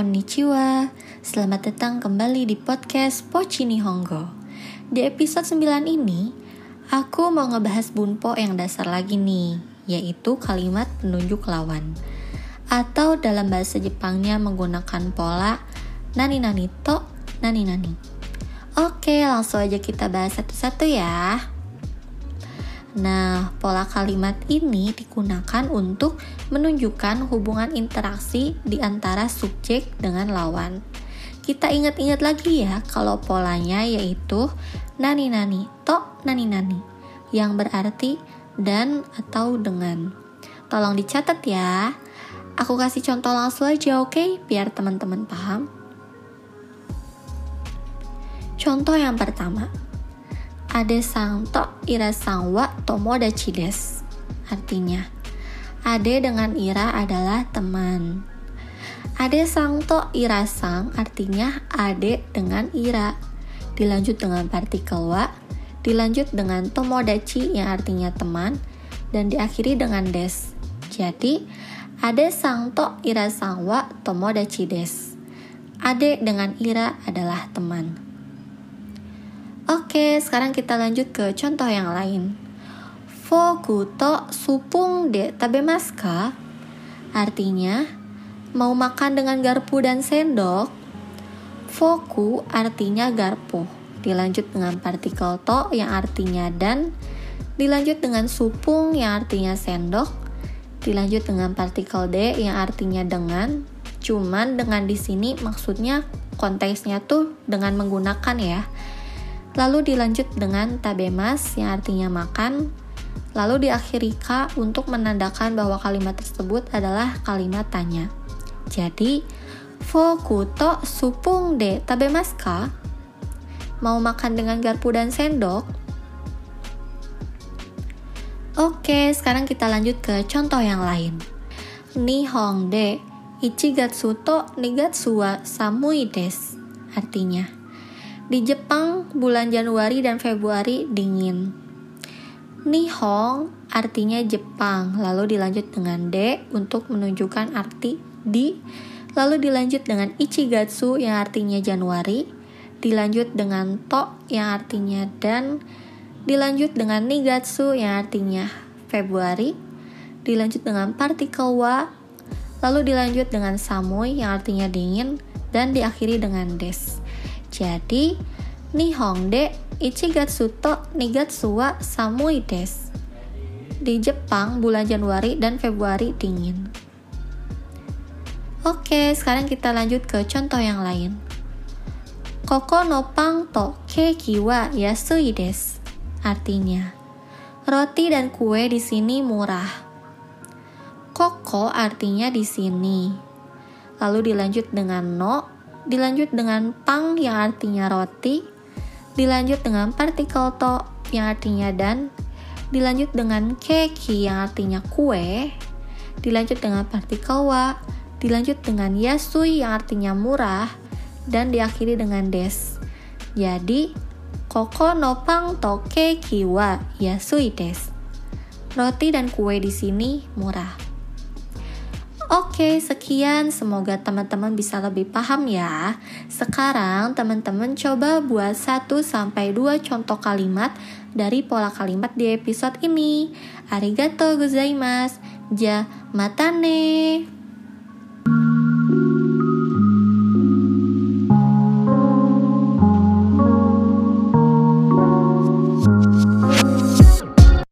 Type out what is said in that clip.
Konnichiwa, selamat datang kembali di podcast Pochi Nihongo. Di episode 9 ini, aku mau ngebahas bunpo yang dasar lagi nih, yaitu kalimat penunjuk lawan. Atau dalam bahasa Jepangnya menggunakan pola nani-nani to nani-nani. Oke, langsung aja kita bahas satu-satu ya. Nah, pola kalimat ini digunakan untuk menunjukkan hubungan interaksi di antara subjek dengan lawan. Kita ingat-ingat lagi ya, kalau polanya yaitu nani-nani to nani-nani, yang berarti dan atau dengan. Tolong dicatat ya. Aku kasih contoh langsung aja, oke? Biar teman-teman paham. Contoh yang pertama. Ade sang to ira sang wa tomodachi desu. Artinya, Ade dengan Ira adalah teman. Ade sang to ira sang artinya Ade dengan Ira. Dilanjut dengan partikel wa, dilanjut dengan tomodachi yang artinya teman, dan diakhiri dengan des. Jadi, Ade sang to ira sang wa tomodachi desu. Ade dengan Ira adalah teman. Oke, sekarang kita lanjut ke contoh yang lain. Foku to supung de tabemasu ka? Artinya, mau makan dengan garpu dan sendok? Foku artinya garpu, dilanjut dengan partikel to yang artinya dan, dilanjut dengan supung yang artinya sendok, dilanjut dengan partikel de yang artinya dengan. Cuman dengan di sini maksudnya konteksnya tuh dengan menggunakan ya. Lalu dilanjut dengan tabemas yang artinya makan, lalu diakhiri ka untuk menandakan bahwa kalimat tersebut adalah kalimat tanya. Jadi, foku to supung de tabemasu ka? Mau makan dengan garpu dan sendok? Oke, sekarang kita lanjut ke contoh yang lain. Nihon de ichigatsu to nigatsu wa samui desu. Artinya, di Jepang, bulan Januari dan Februari dingin. Nihon artinya Jepang, lalu dilanjut dengan de untuk menunjukkan arti di, lalu dilanjut dengan ichigatsu yang artinya Januari, dilanjut dengan to yang artinya dan, dilanjut dengan nigatsu yang artinya Februari, dilanjut dengan partikel wa, lalu dilanjut dengan samui yang artinya dingin, dan diakhiri dengan des. Jadi, Nihon de ichigatsu to nigatsu wa samui desu. Di Jepang, bulan Januari dan Februari dingin. Oke, sekarang kita lanjut ke contoh yang lain. Koko no pan to keiki wa yasui desu. Artinya, roti dan kue di sini murah. Koko artinya di sini. Lalu dilanjut dengan no, dilanjut dengan pang yang artinya roti, dilanjut dengan partikel to yang artinya dan, dilanjut dengan keiki yang artinya kue, dilanjut dengan partikel wa, dilanjut dengan yasui yang artinya murah, dan diakhiri dengan des. Jadi, koko no pan to keiki wa yasui desu. Roti dan kue di sini murah. Oke, sekian. Semoga teman-teman bisa lebih paham ya. Sekarang teman-teman coba buat 1-2 contoh kalimat dari pola kalimat di episode ini. Arigatou gozaimasu. Ja, mata ne.